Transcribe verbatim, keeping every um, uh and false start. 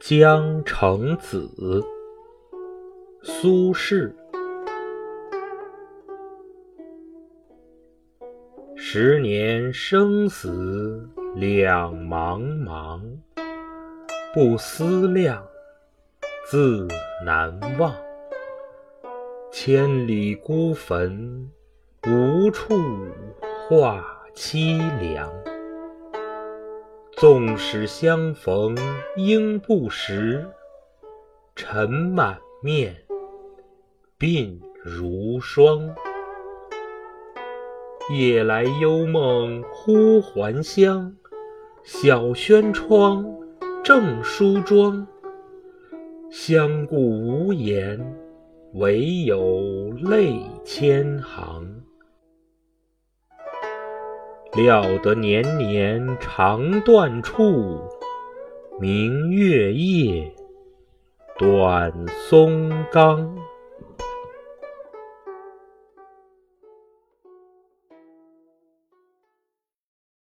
江城子，苏轼。十年生死两茫茫，不思量，自难忘。千里孤坟，无处话凄凉。纵使相逢应不识，尘满面，鬓如霜。夜来幽梦忽还乡，小轩窗，正梳妆。相顾无言，唯有泪千行。料得年年肠断处，明月夜，短松冈。